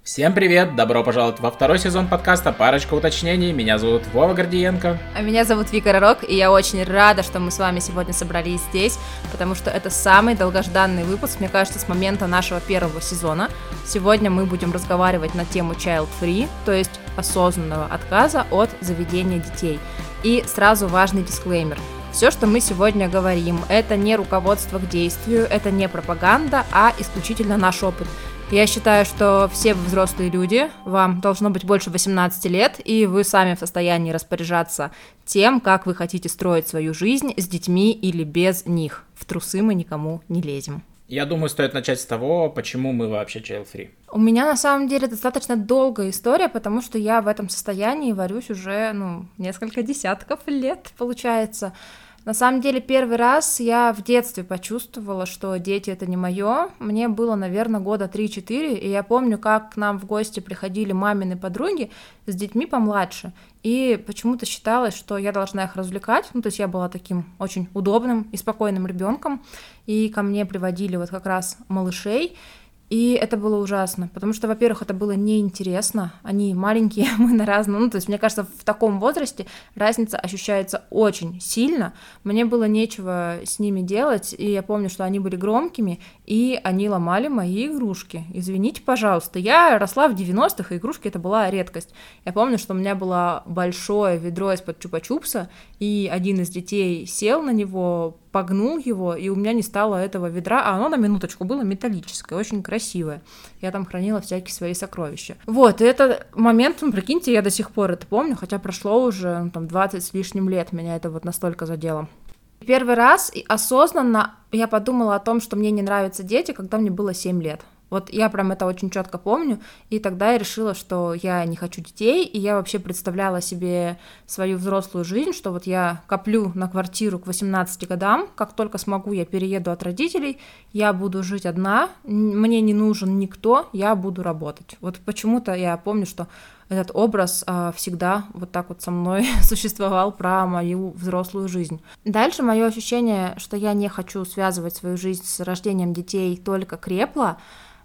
Всем привет! Добро пожаловать во второй сезон подкаста «Парочка уточнений». Меня зовут Вова Гордиенко. А меня зовут Вика Ророк, и я очень рада, что мы с вами сегодня собрались здесь, потому что это самый долгожданный выпуск, мне кажется, с момента нашего первого сезона. Сегодня мы будем разговаривать на тему child-free, то есть осознанного отказа от заведения детей. И сразу важный дисклеймер. Все, что мы сегодня говорим, это не руководство к действию, это не пропаганда, а исключительно наш опыт. Я считаю, что все вы взрослые люди, вам должно быть больше 18 лет, и вы сами в состоянии распоряжаться тем, как вы хотите строить свою жизнь с детьми или без них. В трусы мы никому не лезем. Я думаю, стоит начать с того, почему мы вообще child-free. У меня на самом деле достаточно долгая история, потому что я в этом состоянии варюсь уже, несколько десятков лет, получается. На самом деле, первый раз я в детстве почувствовала, что дети — это не мое. Мне было, наверное, года 3-4, и я помню, как к нам в гости приходили мамины подруги с детьми помладше, и почему-то считалось, что я должна их развлекать, то есть я была таким очень удобным и спокойным ребенком, и ко мне приводили вот как раз малышей. И это было ужасно, потому что, во-первых, это было неинтересно, они маленькие, мы на разном, то есть, мне кажется, в таком возрасте разница ощущается очень сильно, мне было нечего с ними делать, и я помню, что они были громкими, и они ломали мои игрушки, извините, пожалуйста, я росла в 90-х, и игрушки — это была редкость, я помню, что у меня было большое ведро из-под чупа-чупса, и один из детей сел на него, погнул его, и у меня не стало этого ведра, а оно, на минуточку, было металлическое, очень красивое. Я там хранила всякие свои сокровища. Вот, и этот момент, прикиньте, я до сих пор это помню, хотя прошло уже 20 с лишним лет, меня это вот настолько задело. Первый раз и осознанно я подумала о том, что мне не нравятся дети, когда мне было 7 лет. Вот я прям это очень четко помню, и тогда я решила, что я не хочу детей, и я вообще представляла себе свою взрослую жизнь, что вот я коплю на квартиру к 18 годам, как только смогу, я перееду от родителей, я буду жить одна, мне не нужен никто, я буду работать. Вот почему-то я помню, что этот образ всегда вот так вот со мной существовал про мою взрослую жизнь. Дальше мое ощущение, что я не хочу связывать свою жизнь с рождением детей, только крепло.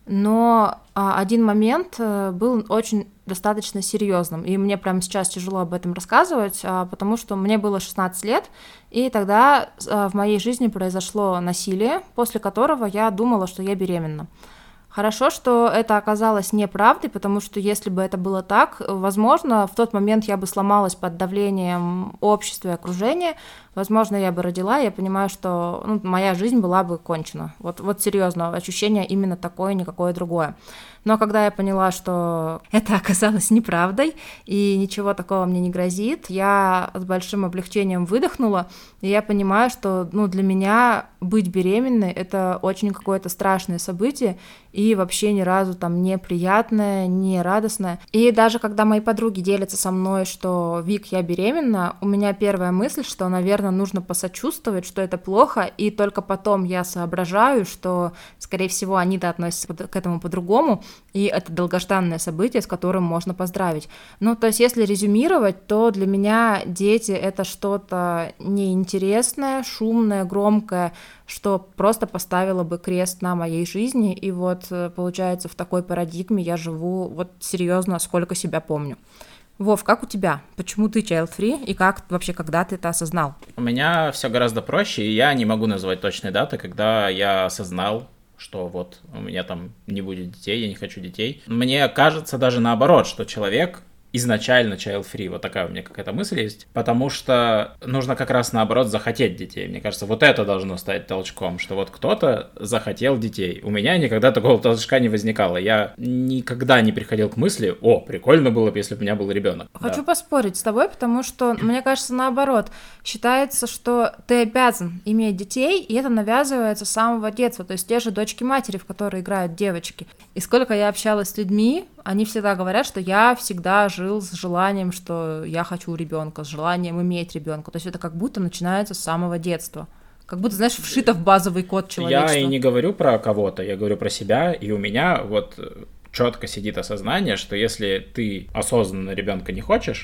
Но один момент был очень достаточно серьезным, и мне прямо сейчас тяжело об этом рассказывать, потому что мне было 16 лет, и тогда в моей жизни произошло насилие, после которого я думала, что я беременна. Хорошо, что это оказалось неправдой, потому что если бы это было так, возможно, в тот момент я бы сломалась под давлением общества и окружения, возможно, я бы родила, и я понимаю, что моя жизнь была бы кончена. Вот серьезно, ощущение именно такое, никакое другое. Но когда я поняла, что это оказалось неправдой, и ничего такого мне не грозит, я с большим облегчением выдохнула, и я понимаю, что для меня быть беременной — это очень какое-то страшное событие, и вообще ни разу там не приятное, не радостное. И даже когда мои подруги делятся со мной, что «Вик, я беременна», у меня первая мысль, что, наверное, нужно посочувствовать, что это плохо, и только потом я соображаю, что, скорее всего, они-то относятся к этому по-другому, и это долгожданное событие, с которым можно поздравить. То есть, если резюмировать, то для меня дети — это что-то неинтересное, шумное, громкое, что просто поставило бы крест на моей жизни, и вот, получается, в такой парадигме я живу серьезно, сколько себя помню. Вов, как у тебя? Почему ты child-free, и как вообще, когда ты это осознал? У меня все гораздо проще, и я не могу назвать точной даты, когда я осознал, что вот у меня там не будет детей, я не хочу детей. Мне кажется даже наоборот, что человек изначально child-free, вот такая у меня какая-то мысль есть, потому что нужно как раз наоборот захотеть детей. Мне кажется, вот это должно стать толчком, что вот кто-то захотел детей. У меня никогда такого толчка не возникало. Я никогда не приходил к мысли: о, прикольно было бы, если бы у меня был ребенок. Хочу поспорить с тобой, потому что, мне кажется, наоборот, считается, что ты обязан иметь детей, и это навязывается с самого детства, то есть те же дочки-матери, в которые играют девочки. И сколько я общалась с людьми, они всегда говорят, что я всегда жил с желанием, что я хочу ребенка, с желанием иметь ребенка. То есть это как будто начинается с самого детства. Как будто, знаешь, вшито в базовый код человечества. Я и не говорю про кого-то, я говорю про себя, и у меня вот четко сидит осознание, что если ты осознанно ребенка не хочешь,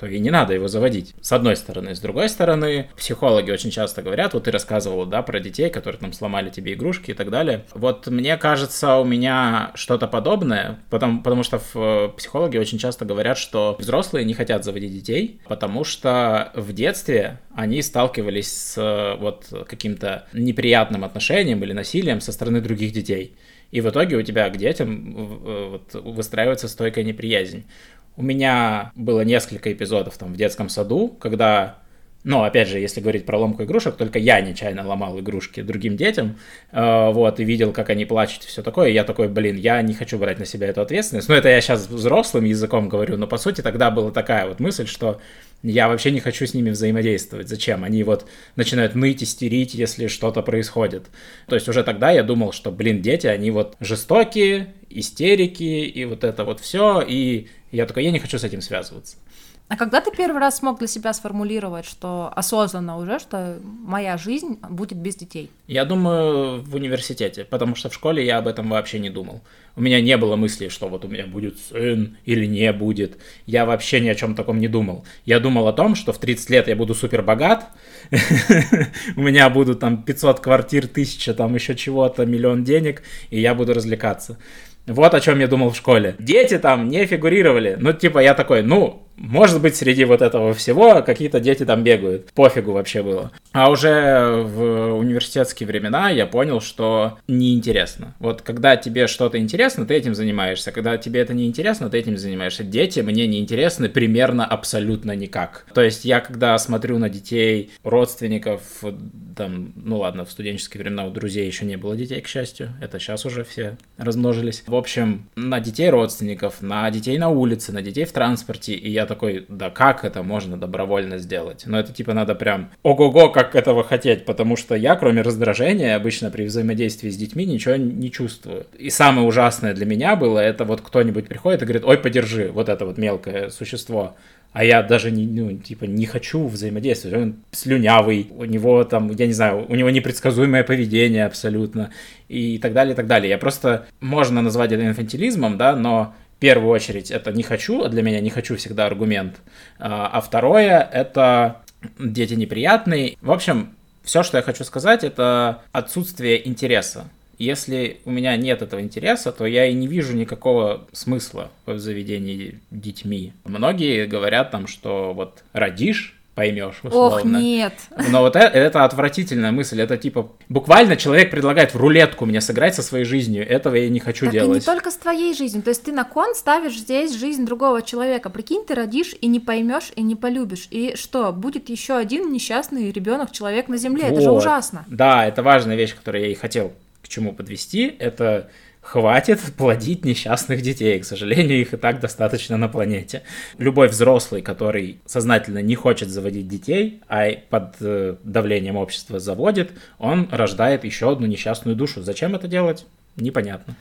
то и не надо его заводить. С одной стороны. С другой стороны, психологи очень часто говорят, вот ты рассказывал, да, про детей, которые там сломали тебе игрушки и так далее. Вот мне кажется, у меня что-то подобное, потому что психологи очень часто говорят, что взрослые не хотят заводить детей, потому что в детстве они сталкивались с вот каким-то неприятным отношением или насилием со стороны других детей. И в итоге у тебя к детям вот, выстраивается стойкая неприязнь. У меня было несколько эпизодов там в детском саду, когда, ну, опять же, если говорить про ломку игрушек, только я нечаянно ломал игрушки другим детям, вот, и видел, как они плачут и все такое, и я такой, блин, я не хочу брать на себя эту ответственность. Ну, это я сейчас взрослым языком говорю, но, по сути, тогда была такая вот мысль, что я вообще не хочу с ними взаимодействовать. Зачем? Они вот начинают ныть, истерить, если что-то происходит. То есть уже тогда я думал, что, блин, дети, они вот жестокие, истерики, и вот это вот все, и я такой, я не хочу с этим связываться. А когда ты первый раз смог для себя сформулировать, что осознанно уже, что моя жизнь будет без детей? Я думаю, в университете, потому что в школе я об этом вообще не думал. У меня не было мысли, что вот у меня будет сын или не будет. Я вообще ни о чем таком не думал. Я думал о том, что в 30 лет я буду супер богат, у меня будут там 500 квартир, 1000 там еще чего-то, миллион денег, и я буду развлекаться. Вот о чем я думал в школе. Дети там не фигурировали. Ну, типа, я такой, ну, может быть, среди вот этого всего какие-то дети там бегают. Пофигу вообще было. А уже в университетские времена я понял, что неинтересно. Вот когда тебе что-то интересно, ты этим занимаешься. Когда тебе это не интересно, ты этим занимаешься. Дети мне не интересны примерно абсолютно никак. То есть я, когда смотрю на детей, родственников, там, ну ладно, в студенческие времена у друзей еще не было детей, к счастью. Это сейчас уже все размножились. В общем, на детей родственников, на детей на улице, на детей в транспорте. И я такой, да как это можно добровольно сделать? Но это типа надо прям ого-го, как этого хотеть, потому что я, кроме раздражения, обычно при взаимодействии с детьми ничего не чувствую. И самое ужасное для меня было, это вот кто-нибудь приходит и говорит, ой, подержи, вот это вот мелкое существо. А я даже не хочу взаимодействовать. Он слюнявый, у него там, я не знаю, у него непредсказуемое поведение абсолютно, и так далее, и так далее. Я просто, можно назвать это инфантилизмом, да, но в первую очередь это не хочу, а для меня не хочу всегда аргумент. А второе, это дети неприятные. В общем, все, что я хочу сказать, это отсутствие интереса. Если у меня нет этого интереса, то я и не вижу никакого смысла в заведении детьми. Многие говорят там, что вот родишь, поймешь, условно. Ох, нет. Но вот это отвратительная мысль. Это типа буквально человек предлагает в рулетку мне сыграть со своей жизнью. Этого я не хочу делать. И не только с твоей жизнью. То есть ты на кон ставишь здесь жизнь другого человека. Прикинь, ты родишь и не поймешь, и не полюбишь. И что, будет еще один несчастный ребенок, человек на земле? Вот. Это же ужасно. Да, это важная вещь, которую я и хотел к чему подвести. Это хватит плодить несчастных детей. К сожалению, их и так достаточно на планете. Любой взрослый, который сознательно не хочет заводить детей, а под давлением общества заводит, он рождает еще одну несчастную душу. Зачем это делать? Непонятно.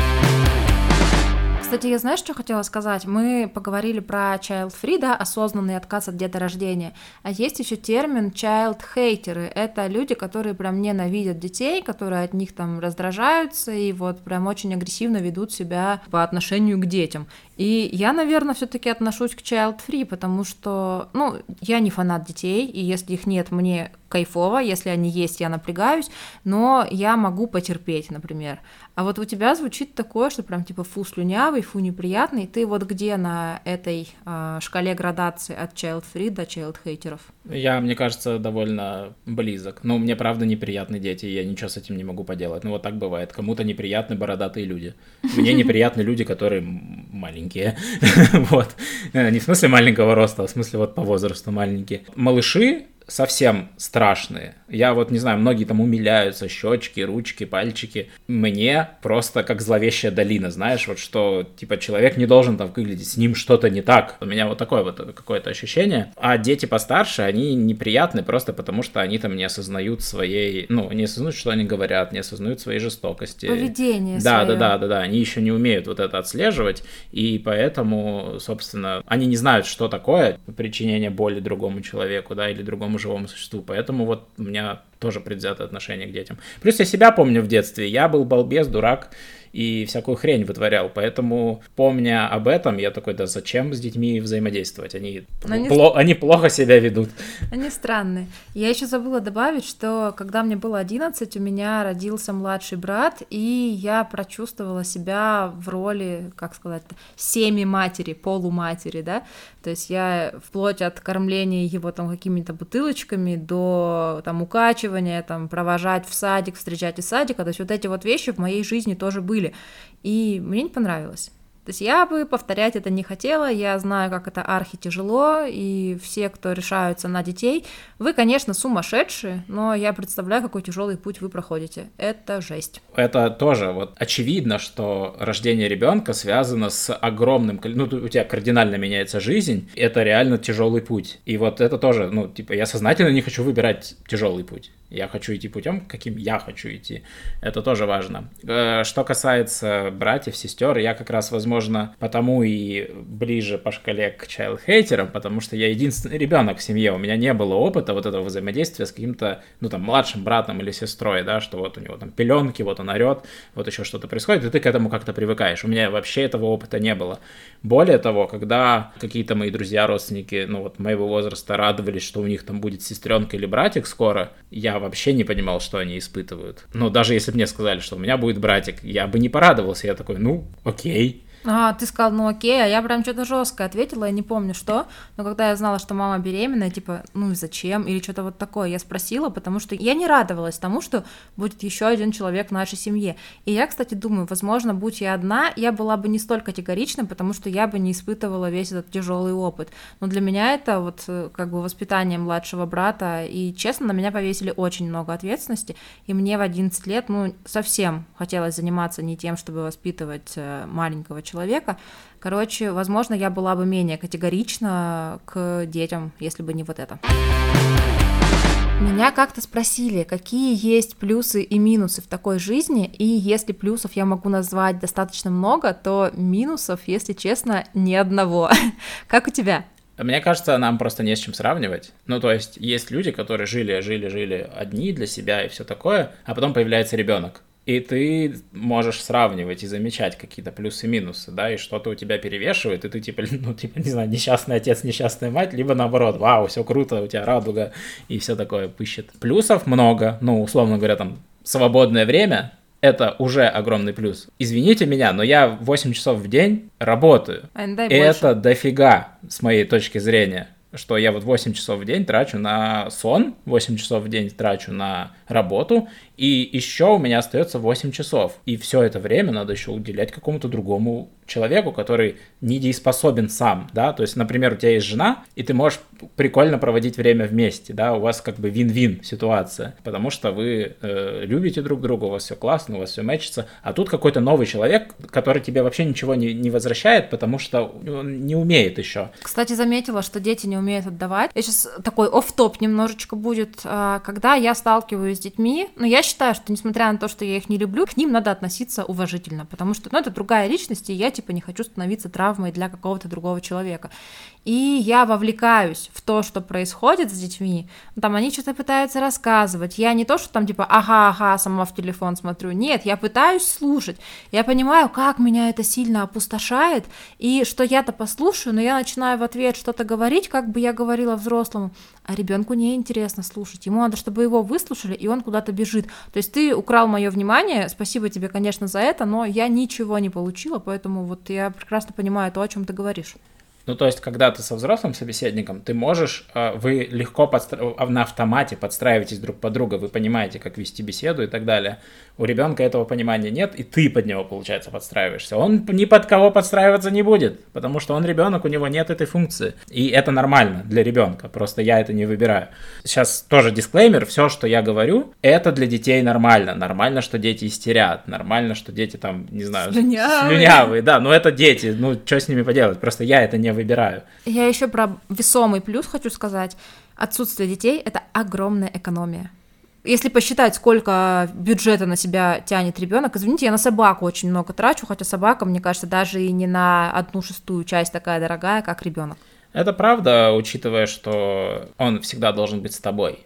Кстати, я знаешь, что хотела сказать? Мы поговорили про child-free, да, осознанный отказ от деторождения, а есть еще термин child-haterы. Это люди, которые прям ненавидят детей, которые от них там раздражаются и вот прям очень агрессивно ведут себя по отношению к детям. И я, наверное, все-таки отношусь к child-free, потому что, ну, я не фанат детей, и если их нет, мне кайфово, если они есть, я напрягаюсь, но я могу потерпеть, например. А вот у тебя звучит такое, что прям типа фу слюнявый, фу неприятный. Ты вот где на этой шкале градации от child-free до child-хейтеров? Я, мне кажется, довольно близок. Ну, мне правда неприятны дети, я ничего с этим не могу поделать. Ну, вот так бывает. Кому-то неприятны бородатые люди. Мне неприятны люди, которые маленькие. Вот. Не в смысле маленького роста, а в смысле вот по возрасту маленькие. Малыши совсем страшные. Я вот не знаю, многие там умиляются, щечки, ручки, пальчики. Мне просто как зловещая долина, знаешь, вот что, типа, человек не должен там выглядеть, с ним что-то не так. У меня вот такое вот какое-то ощущение. А дети постарше, они неприятны просто потому, что они там не осознают своей, ну, не осознают, что они говорят, не осознают своей жестокости. Поведение да, своё. Да, они еще не умеют вот это отслеживать, и поэтому, собственно, они не знают, что такое причинение боли другому человеку, да, или другому живому существу, поэтому вот у меня тоже предвзятое отношение к детям. Плюс я себя помню в детстве, я был балбес, дурак, и всякую хрень вытворял. Поэтому, помня об этом, я такой, да зачем с детьми взаимодействовать? Они плохо себя ведут. Они странные. Я еще забыла добавить, что когда мне было 11, у меня родился младший брат, и я прочувствовала себя в роли, как сказать, семи-матери, полуматери, да, то есть я вплоть от кормления его там какими-то бутылочками до там укачивания, там провожать в садик, встречать из садика, то есть вот эти вот вещи в моей жизни тоже были, и мне не понравилось. То есть я бы повторять это не хотела, я знаю, как это архитяжело, и все, кто решаются на детей, вы, конечно, сумасшедшие, но я представляю, какой тяжелый путь вы проходите. Это жесть. Это тоже вот очевидно, что рождение ребенка связано с огромным, ну, у тебя кардинально меняется жизнь, это реально тяжелый путь. И вот это тоже, ну, типа, я сознательно не хочу выбирать тяжелый путь. Я хочу идти путем, каким я хочу идти. Это тоже важно. Что касается братьев, сестер, я как раз, возможно, потому и ближе по шкале к child-хейтерам, потому что я единственный ребенок в семье. У меня не было опыта вот этого взаимодействия с каким-то, ну, там, младшим братом или сестрой, да, что вот у него там пеленки, вот он орет, вот еще что-то происходит, и ты к этому как-то привыкаешь. У меня вообще этого опыта не было. Более того, когда какие-то мои друзья, родственники, ну, вот моего возраста радовались, что у них там будет сестренка или братик скоро, я вообще не понимал, что они испытывают. Но даже если бы мне сказали, что у меня будет братик, я бы не порадовался. Я такой, ну, окей. Ты сказал, ну окей, а я прям что-то жесткое ответила, я не помню что, но когда я знала, что мама беременная, типа, ну и зачем, или что-то вот такое, я спросила, потому что я не радовалась тому, что будет еще один человек в нашей семье. И я, кстати, думаю, возможно, будь я одна, я была бы не столь категорична, потому что я бы не испытывала весь этот тяжелый опыт. Но для меня это вот как бы воспитание младшего брата, и, честно, на меня повесили очень много ответственности, и мне в 11 лет, ну, совсем хотелось заниматься не тем, чтобы воспитывать маленького человека. Короче, возможно, я была бы менее категорична к детям, если бы не вот это. Меня как-то спросили, какие есть плюсы и минусы в такой жизни, и если плюсов я могу назвать достаточно много, то минусов, если честно, ни одного. Как у тебя? Мне кажется, нам просто не с чем сравнивать. Ну, то есть, есть люди, которые жили одни для себя и все такое, а потом появляется ребенок. И ты можешь сравнивать и замечать какие-то плюсы и минусы, да, и что-то у тебя перевешивает, и ты типа, не знаю, несчастный отец, несчастная мать, либо наоборот, вау, все круто, у тебя радуга и все такое пыщет. Плюсов много, ну, условно говоря, там, свободное время — это уже огромный плюс. Извините меня, но я 8 часов в день работаю. Это дофига, с моей точки зрения, что я вот 8 часов в день трачу на сон, 8 часов в день трачу на работу, и еще у меня остается 8 часов. И все это время надо еще уделять какому-то другому человеку, который недееспособен сам, да, то есть, например, у тебя есть жена, и ты можешь прикольно проводить время вместе, да, у вас как бы вин-вин ситуация, потому что вы любите друг друга, у вас все классно, у вас все мэчится, а тут какой-то новый человек, который тебе вообще ничего не возвращает, потому что он не умеет еще. Кстати, заметила, что дети не умеют отдавать. Я сейчас такой офф-топ немножечко будет, когда я сталкиваюсь с детьми, но я считаю, что несмотря на то, что я их не люблю, к ним надо относиться уважительно, потому что, ну, это другая личность, и я типа не хочу становиться травмой для какого-то другого человека. И я вовлекаюсь в то, что происходит с детьми, там они что-то пытаются рассказывать, я не то, что там типа ага, сама в телефон смотрю, нет, я пытаюсь слушать, я понимаю, как меня это сильно опустошает, и что я-то послушаю, но я начинаю в ответ что-то говорить, как бы я говорила взрослому, а ребенку неинтересно слушать, ему надо, чтобы его выслушали, и он куда-то бежит. То есть ты украл мое внимание, спасибо тебе, конечно, за это, но я ничего не получила, поэтому вот я прекрасно понимаю то, о чем ты говоришь. Ну, то есть, когда ты со взрослым собеседником, ты можешь, вы легко на автомате подстраиваетесь друг под друга, вы понимаете, как вести беседу и так далее. У ребенка этого понимания нет, и ты под него, получается, подстраиваешься. Он ни под кого подстраиваться не будет, потому что он ребенок, у него нет этой функции. И это нормально для ребенка, просто я это не выбираю. Сейчас тоже дисклеймер, все, что я говорю, это для детей нормально. Нормально, что дети истерят, нормально, что дети там, не знаю, слюнявые, да, но это дети, ну, что с ними поделать, просто я это не выбираю. Я еще про весомый плюс хочу сказать. Отсутствие детей — это огромная экономия. Если посчитать, сколько бюджета на себя тянет ребенок, извините, я на собаку очень много трачу, хотя собака, мне кажется, даже и не на 1/6 часть такая дорогая, как ребенок. Это правда, учитывая, что он всегда должен быть с тобой.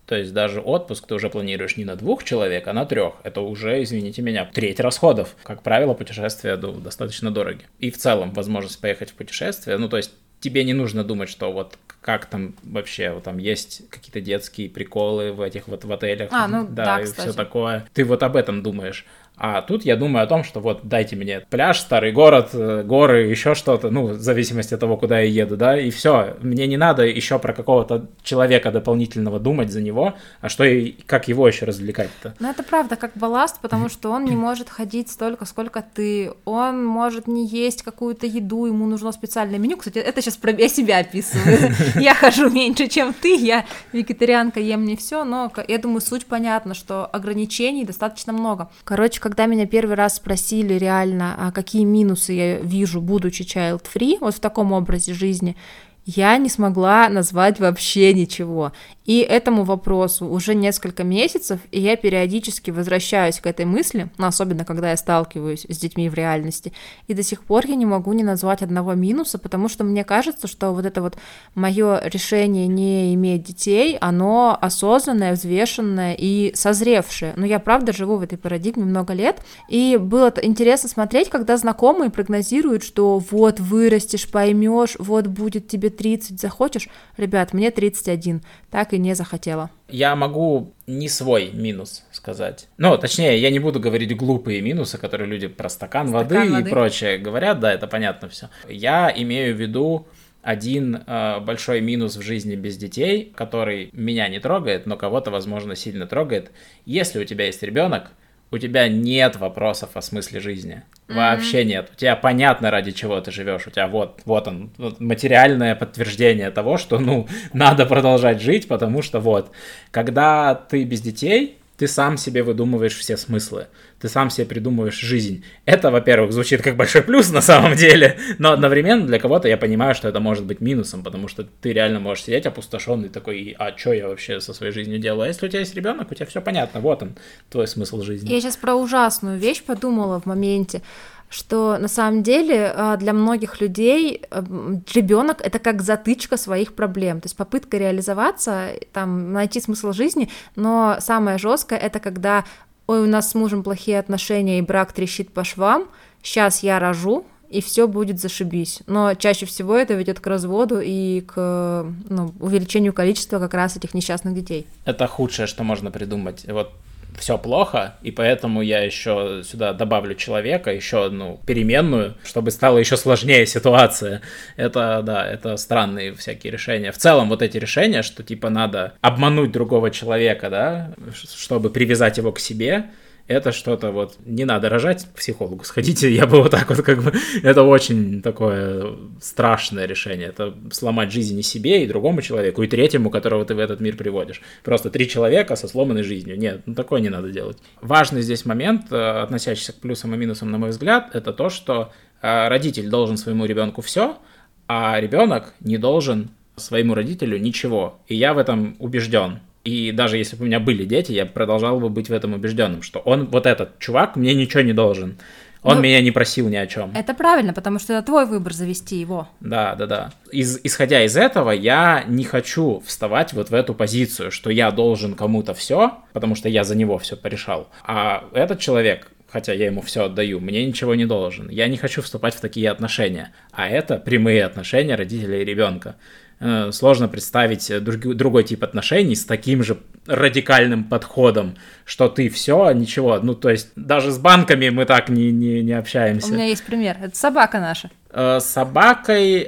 То есть даже отпуск ты уже планируешь не на 2 человек, а на 3. Это уже, извините меня, треть расходов. Как правило, путешествия достаточно дороги. И в целом возможность поехать в путешествие, ну то есть тебе не нужно думать, что вот как там вообще, вот там есть какие-то детские приколы в этих вот в отелях, да, и кстати. все такое. Ты вот об этом думаешь. А тут я думаю о том, что вот дайте мне пляж, старый город, горы, еще что-то, ну, в зависимости от того, куда я еду, да, и все. Мне не надо еще про какого-то человека дополнительного думать за него, а что и как его еще развлекать-то. Ну, это правда, как балласт, потому что он не может ходить столько, сколько ты. Он может не есть какую-то еду, ему нужно специальное меню. Кстати, это сейчас я себя описываю. Я хожу меньше, чем ты, я вегетарианка, ем не все, но я думаю, суть понятна, что ограничений достаточно много. Короче, когда меня первый раз спросили реально, а какие минусы я вижу, будучи child-free, вот в таком образе жизни, я не смогла назвать вообще ничего. И этому вопросу уже несколько месяцев, и я периодически возвращаюсь к этой мысли, ну, особенно когда я сталкиваюсь с детьми в реальности, и до сих пор я не могу не назвать одного минуса, потому что мне кажется, что вот это вот мое решение не иметь детей, оно осознанное, взвешенное и созревшее. Но я правда живу в этой парадигме много лет, и было интересно смотреть, когда знакомые прогнозируют, что вот вырастешь, поймешь, вот будет тебе 30, захочешь. Ребят, мне 31, так и не захотела. Я могу не свой минус сказать. Ну, точнее, я не буду говорить глупые минусы, которые люди про стакан воды и прочее говорят, да, это понятно все. Я имею в виду один большой минус в жизни без детей, который меня не трогает, но кого-то, возможно, сильно трогает. Если у тебя есть ребенок, у тебя нет вопросов о смысле жизни. Вообще нет. У тебя понятно, ради чего ты живешь. У тебя вот он, материальное подтверждение того, что, ну, надо продолжать жить, потому что вот. Когда ты без детей, ты сам себе выдумываешь все смыслы. Ты сам себе придумываешь жизнь. Это, во-первых, звучит как большой плюс на самом деле, но одновременно для кого-то я понимаю, что это может быть минусом, потому что ты реально можешь сидеть опустошенный такой, а что я вообще со своей жизнью делаю? А если у тебя есть ребенок, у тебя все понятно, вот он, твой смысл жизни. Я сейчас про ужасную вещь подумала в моменте, что на самом деле для многих людей ребенок это как затычка своих проблем, то есть попытка реализоваться, там, найти смысл жизни, но самое жесткое это когда ой, у нас с мужем плохие отношения и брак трещит по швам, сейчас я рожу, и все будет зашибись. Но чаще всего это ведет к разводу и к увеличению количества как раз этих несчастных детей. Это худшее, что можно придумать. Вот все плохо, и поэтому я еще сюда добавлю человека, еще одну переменную, чтобы стала еще сложнее ситуация. Это, да, это странные всякие решения. В целом вот эти решения, что типа надо обмануть другого человека, да, чтобы привязать его к себе, это что-то вот, не надо рожать, к психологу сходите, я бы вот так вот как бы, это очень такое страшное решение, это сломать жизнь и себе, и другому человеку, и третьему, которого ты в этот мир приводишь. Просто 3 человека со сломанной жизнью, нет, такое не надо делать. Важный здесь момент, относящийся к плюсам и минусам, на мой взгляд, это то, что родитель должен своему ребенку все, а ребенок не должен своему родителю ничего, и я в этом убежден. И даже если бы у меня были дети, я продолжал бы быть в этом убежденным, что он, вот этот чувак, мне ничего не должен. Он меня не просил ни о чем. Это правильно, потому что это твой выбор завести его. Да. Исходя из этого, я не хочу вставать вот в эту позицию, что я должен кому-то все, потому что я за него все порешал. А этот человек, хотя я ему все отдаю, мне ничего не должен. Я не хочу вступать в такие отношения. А это прямые отношения родителя и ребенка. Сложно представить другой тип отношений с таким же радикальным подходом, что ты все, ничего. Ну, то есть, даже с банками мы так не общаемся. У меня есть пример. Это собака наша. С собакой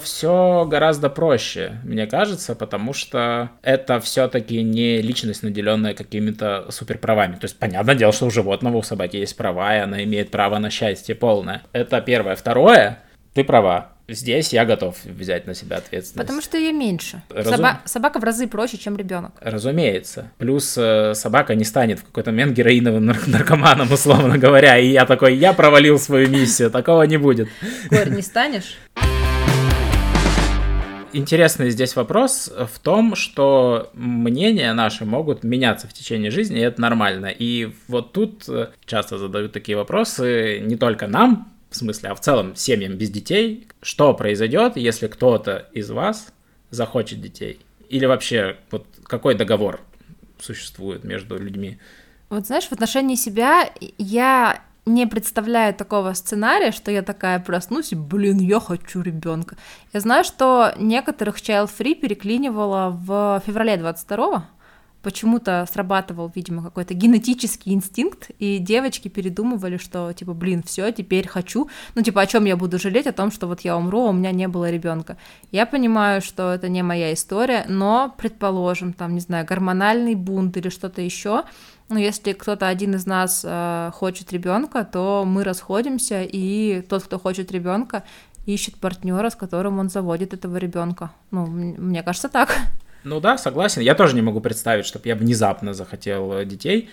все гораздо проще, мне кажется, потому что это все-таки не личность, наделенная какими-то суперправами. То есть, понятное дело, что у животного, у собаки есть права, и она имеет право на счастье полное. Это первое. Второе, ты права. Здесь я готов взять на себя ответственность. Потому что ее меньше. Собака в разы проще, чем ребенок. Разумеется. Плюс собака не станет в какой-то момент героиновым наркоманом, условно говоря. И я такой, я провалил свою миссию. Такого не будет. Корь, не станешь? Интересный здесь вопрос в том, что мнения наши могут меняться в течение жизни, и это нормально. И вот тут часто задают такие вопросы не только нам, в смысле, а в целом семьям без детей. Что произойдет, если кто-то из вас захочет детей? Или вообще, вот какой договор существует между людьми. Вот знаешь, в отношении себя я не представляю такого сценария, что я такая проснусь, блин, я хочу ребенка. Я знаю, что некоторых child-free переклинивало в феврале 22-го. Почему-то срабатывал, видимо, какой-то генетический инстинкт, и девочки передумывали, что, типа, блин, все, теперь хочу. Ну, типа, о чем я буду жалеть? О том, что вот я умру, а у меня не было ребенка. Я понимаю, что это не моя история, но, предположим, там, не знаю, гормональный бунт или что-то еще. Но если кто-то один из нас хочет ребенка, то мы расходимся, и тот, кто хочет ребенка, ищет партнера, с которым он заводит этого ребенка. Ну, мне кажется, так. Ну да, согласен. Я тоже не могу представить, чтобы я внезапно захотел детей,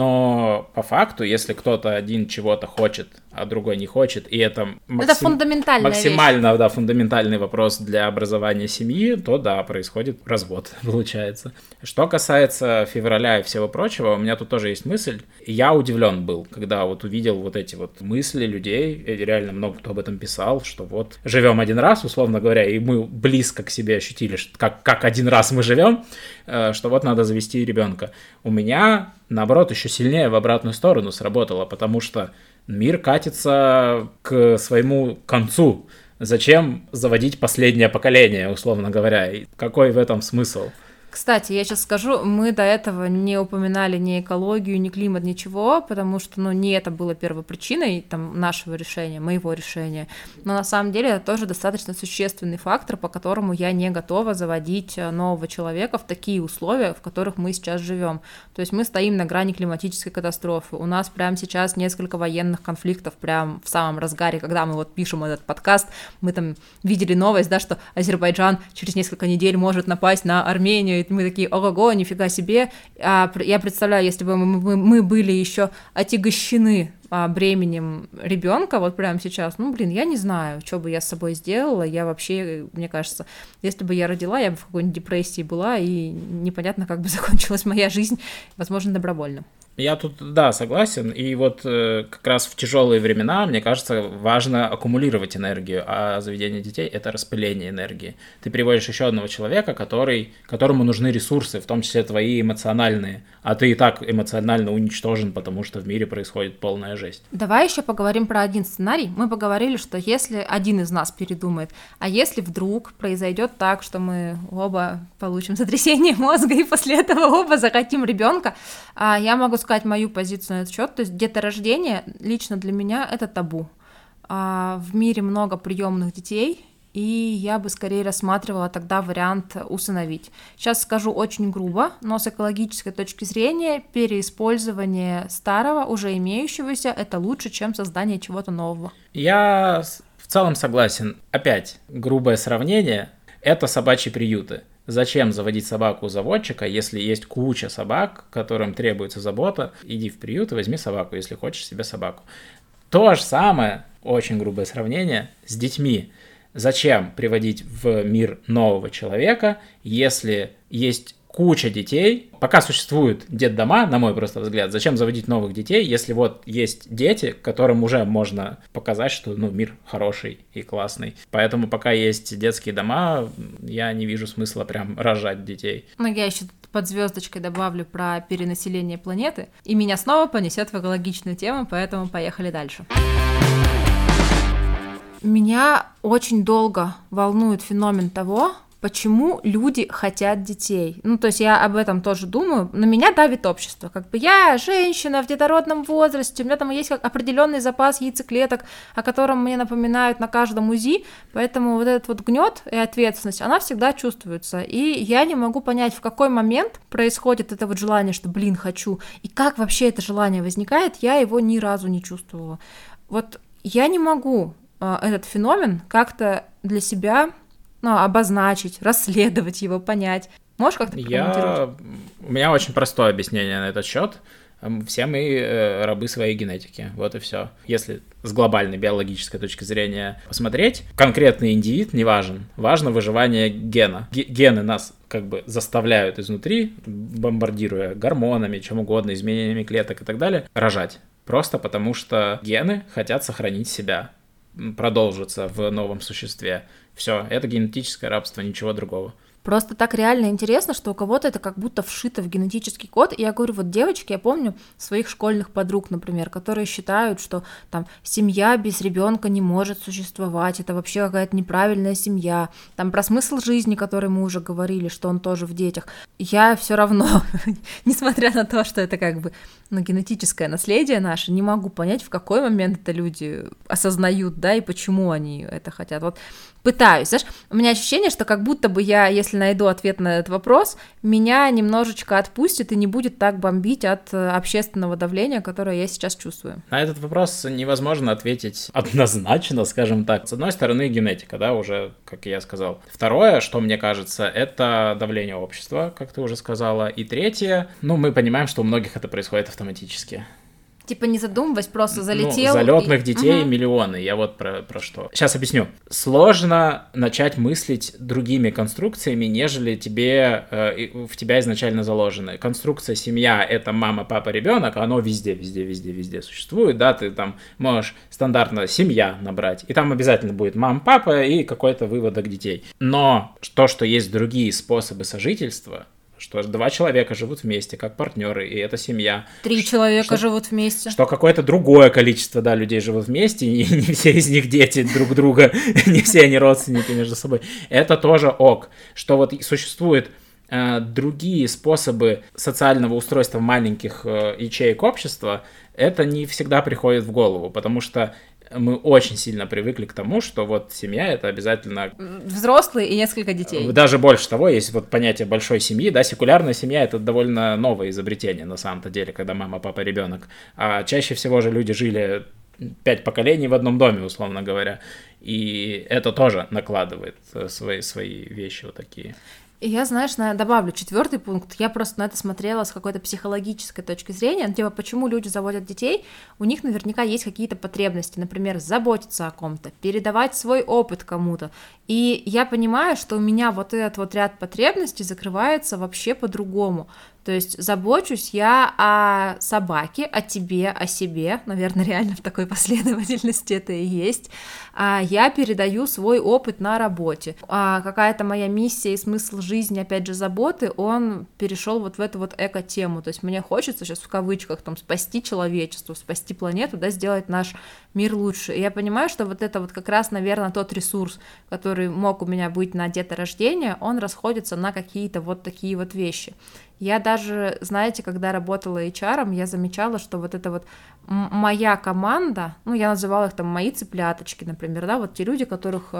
но по факту, если кто-то один чего-то хочет, а другой не хочет, и это фундаментальная максимально, да, фундаментальный вопрос для образования семьи, то да, происходит развод, получается. Что касается февраля и всего прочего, у меня тут тоже есть мысль. Я удивлен был, когда вот увидел вот эти вот мысли людей, и реально много кто об этом писал, что вот живем один раз, условно говоря, и мы близко к себе ощутили, как один раз мы живем, что вот надо завести ребенка. У меня, наоборот, еще сильнее в обратную сторону сработало, потому что мир катится к своему концу. Зачем заводить последнее поколение, условно говоря? И какой в этом смысл? Кстати, я сейчас скажу, мы до этого не упоминали ни экологию, ни климат, ничего, потому что, ну, не это было первопричиной там, нашего решения, моего решения. Но на самом деле это тоже достаточно существенный фактор, по которому я не готова заводить нового человека в такие условия, в которых мы сейчас живем. То есть мы стоим на грани климатической катастрофы. У нас прямо сейчас несколько военных конфликтов прямо в самом разгаре, когда мы вот пишем этот подкаст, мы там видели новость, да, что Азербайджан через несколько недель может напасть на Армению, и мы такие, ого-го, нифига себе. Я представляю, если бы мы были еще отягощены бременем ребенка вот прямо сейчас, ну, блин, я не знаю, что бы я с собой сделала, я вообще, мне кажется, если бы я родила, я бы в какой-нибудь депрессии была, и непонятно, как бы закончилась моя жизнь, возможно, добровольно. Я тут, да, согласен, и вот как раз в тяжелые времена, мне кажется, важно аккумулировать энергию, а заведение детей – это распыление энергии. Ты приводишь еще одного человека, которому нужны ресурсы, в том числе твои эмоциональные, а ты и так эмоционально уничтожен, потому что в мире происходит полная жесть. Давай еще поговорим про один сценарий. Мы поговорили, что если один из нас передумает, а если вдруг произойдет так, что мы оба получим сотрясение мозга и после этого оба захотим ребенка, я могу сказать мою позицию на этот счет. То есть деторождение лично для меня это табу. В мире много приемных детей, и я бы скорее рассматривала тогда вариант усыновить. Сейчас скажу очень грубо, но с экологической точки зрения переиспользование старого, уже имеющегося, это лучше, чем создание чего-то нового. Я в целом согласен. Опять, грубое сравнение – это собачьи приюты. Зачем заводить собаку у заводчика, если есть куча собак, которым требуется забота? Иди в приют и возьми собаку, если хочешь себе собаку. То же самое, очень грубое сравнение, с детьми. Зачем приводить в мир нового человека, если есть куча детей? Пока существуют детдома, на мой просто взгляд, зачем заводить новых детей, если вот есть дети, которым уже можно показать, что мир хороший и классный. Поэтому пока есть детские дома, я не вижу смысла прям рожать детей. Ну, я еще под звездочкой добавлю про перенаселение планеты, и меня снова понесет в экологичную тему, поэтому поехали дальше. Меня очень долго волнует феномен того, почему люди хотят детей. Ну, то есть я об этом тоже думаю. На меня давит общество. Как бы я женщина в детородном возрасте, у меня там есть определенный запас яйцеклеток, о котором мне напоминают на каждом УЗИ, поэтому вот этот вот гнет и ответственность, она всегда чувствуется. И я не могу понять, в какой момент происходит это вот желание, что, блин, хочу, и как вообще это желание возникает, я его ни разу не чувствовала. Вот я не могу этот феномен как-то для себя обозначить, расследовать его, понять. Можешь как-то прокомментировать? У меня очень простое объяснение на этот счет. Все мы рабы своей генетики, вот и все. Если с глобальной биологической точки зрения посмотреть, конкретный индивид не важен. Важно выживание гена. Гены нас как бы заставляют изнутри, бомбардируя гормонами, чем угодно, изменениями клеток и так далее, рожать. Просто потому что гены хотят сохранить себя, продолжиться в новом существе. Все, это генетическое рабство, ничего другого. Просто так реально интересно, что у кого-то это как будто вшито в генетический код. И я говорю, вот девочки, я помню своих школьных подруг, например, которые считают, что там семья без ребенка не может существовать, это вообще какая-то неправильная семья. Там про смысл жизни, который мы уже говорили, что он тоже в детях. Я все равно, несмотря на то, что это как бы генетическое наследие наше, не могу понять, в какой момент это люди осознают, да, и почему они это хотят. Вот пытаюсь, знаешь, у меня ощущение, что как будто бы я, если найду ответ на этот вопрос, меня немножечко отпустит и не будет так бомбить от общественного давления, которое я сейчас чувствую. На этот вопрос невозможно ответить однозначно, скажем так. С одной стороны, генетика, да, уже, как я сказал. Второе, что мне кажется, это давление общества, как ты уже сказала. И третье, мы понимаем, что у многих это происходит автоматически. Типа не задумываясь, просто залетел. Залетных детей миллионы. Я вот про что. Сейчас объясню. Сложно начать мыслить другими конструкциями, нежели в тебя изначально заложены. Конструкция семья — это мама, папа, ребенок, оно везде существует, да, ты там можешь стандартно семья набрать, и там обязательно будет мама, папа и какой-то выводок детей. Но то, что есть другие способы сожительства, что 2 человека живут вместе, как партнеры, и это семья. 3 человека живут вместе. Что какое-то другое количество, да, людей живут вместе, и не все из них дети друг друга, не все они родственники между собой. Это тоже ок. Что вот существуют другие способы социального устройства маленьких ячеек общества, это не всегда приходит в голову, потому что мы очень сильно привыкли к тому, что вот семья — это обязательно... Взрослые и несколько детей. Даже больше того, есть вот понятие большой семьи, да, секулярная семья — это довольно новое изобретение на самом-то деле, когда мама, папа, ребенок. А чаще всего же люди жили 5 поколений в одном доме, условно говоря, и это тоже накладывает свои вещи вот такие. И я, знаешь, добавлю 4-й пункт. Я просто на это смотрела с какой-то психологической точки зрения. Типа, почему люди заводят детей? У них наверняка есть какие-то потребности. Например, заботиться о ком-то, передавать свой опыт кому-то. И я понимаю, что у меня вот этот вот ряд потребностей закрывается вообще по-другому. То есть забочусь я о собаке, о тебе, о себе, наверное, реально в такой последовательности это и есть. Я передаю свой опыт на работе. Какая-то моя миссия и смысл жизни, опять же, заботы, он перешел вот в эту вот эко-тему. То есть мне хочется сейчас в кавычках там спасти человечество, спасти планету, да, сделать наш мир лучше. И я понимаю, что вот это вот как раз, наверное, тот ресурс, который мог у меня быть на деторождение, он расходится на какие-то вот такие вот вещи. Я даже, знаете, когда работала HR, я замечала, что вот это вот моя команда, я называла их там мои цыпляточки, например, да, вот те люди, которых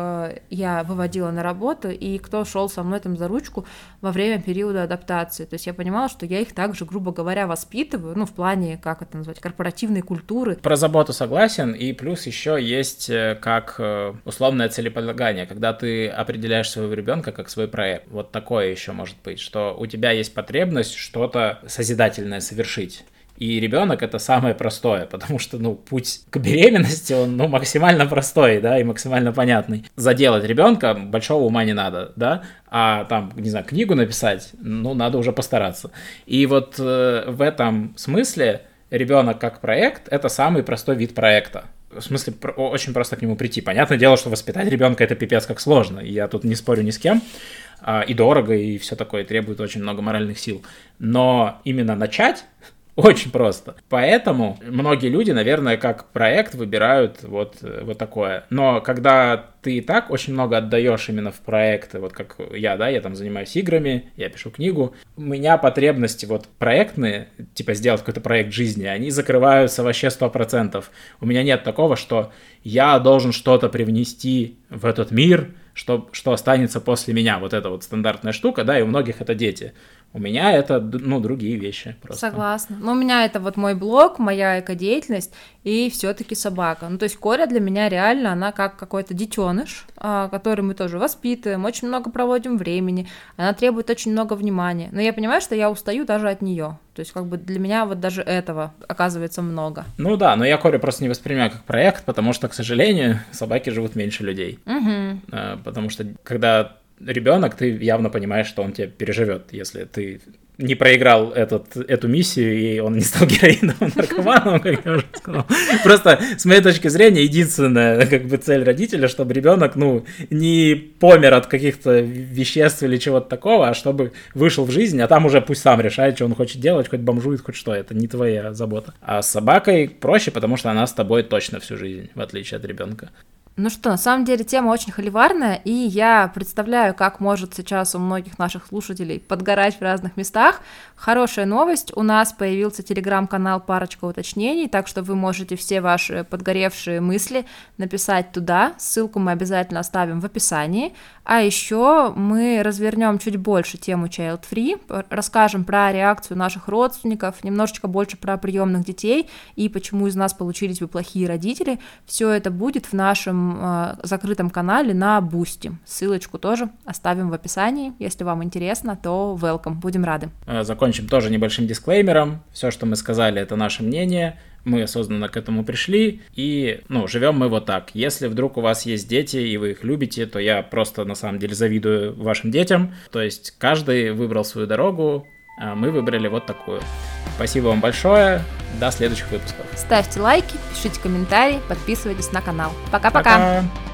я выводила на работу, и кто шел со мной там за ручку во время периода адаптации. То есть я понимала, что я их также, грубо говоря, воспитываю, в плане, как это назвать, корпоративной культуры. Про заботу согласен, и плюс еще есть как условное целеполагание, когда ты определяешь своего ребенка как свой проект. Вот такое еще может быть, что у тебя есть потребность что-то созидательное совершить. И ребенок — это самое простое, потому что, путь к беременности, он, максимально простой, да, и максимально понятный. Заделать ребенка большого ума не надо, да, а там, не знаю, книгу написать, надо уже постараться. И вот в этом смысле ребенок как проект — это самый простой вид проекта. В смысле, очень просто к нему прийти. Понятное дело, что воспитать ребенка — это пипец как сложно, и я тут не спорю ни с кем, и дорого, и все такое, требует очень много моральных сил. Но именно начать очень просто. Поэтому многие люди, наверное, как проект выбирают вот такое. Но когда ты и так очень много отдаешь именно в проекты, вот как я, да, я там занимаюсь играми, я пишу книгу, у меня потребности вот проектные, типа сделать какой-то проект жизни, они закрываются вообще 100%. У меня нет такого, что я должен что-то привнести в этот мир, что останется после меня. Вот эта вот стандартная штука, да, и у многих это дети. У меня это, другие вещи просто. Согласна. Но у меня это вот мой блог, моя экодеятельность и все-таки собака. То есть Коря для меня реально, она как какой-то детеныш, который мы тоже воспитываем, очень много проводим времени, она требует очень много внимания. Но я понимаю, что я устаю даже от нее. То есть как бы для меня вот даже этого оказывается много. Да, но я Корю просто не воспринимаю как проект, потому что, к сожалению, собаки живут меньше людей. Угу. Потому что когда ребенок, ты явно понимаешь, что он тебя переживет, если ты не проиграл эту миссию, и он не стал героиновым наркоманом, как я уже сказал. Просто, с моей точки зрения, единственная как бы цель родителя, чтобы ребенок, не помер от каких-то веществ или чего-то такого, а чтобы вышел в жизнь, а там уже пусть сам решает, что он хочет делать, хоть бомжует, хоть что, это не твоя забота. А с собакой проще, потому что она с тобой точно всю жизнь, в отличие от ребенка. Ну что, на самом деле тема очень холиварная, и я представляю, как может сейчас у многих наших слушателей подгорать в разных местах. Хорошая новость, у нас появился телеграм-канал «Парочка уточнений», так что вы можете все ваши подгоревшие мысли написать туда, ссылку мы обязательно оставим в описании. А еще мы развернем чуть больше тему Child Free, расскажем про реакцию наших родственников, немножечко больше про приемных детей и почему из нас получились бы плохие родители. Все это будет в нашем закрытом канале на Бусти. Ссылочку тоже оставим в описании. Если вам интересно, то welcome, будем рады. Закончим тоже небольшим дисклеймером. Все, что мы сказали, это наше мнение. Мы осознанно к этому пришли, и, живем мы вот так. Если вдруг у вас есть дети, и вы их любите, то я просто, на самом деле, завидую вашим детям. То есть каждый выбрал свою дорогу, а мы выбрали вот такую. Спасибо вам большое, до следующих выпусков. Ставьте лайки, пишите комментарии, подписывайтесь на канал. Пока-пока! Пока.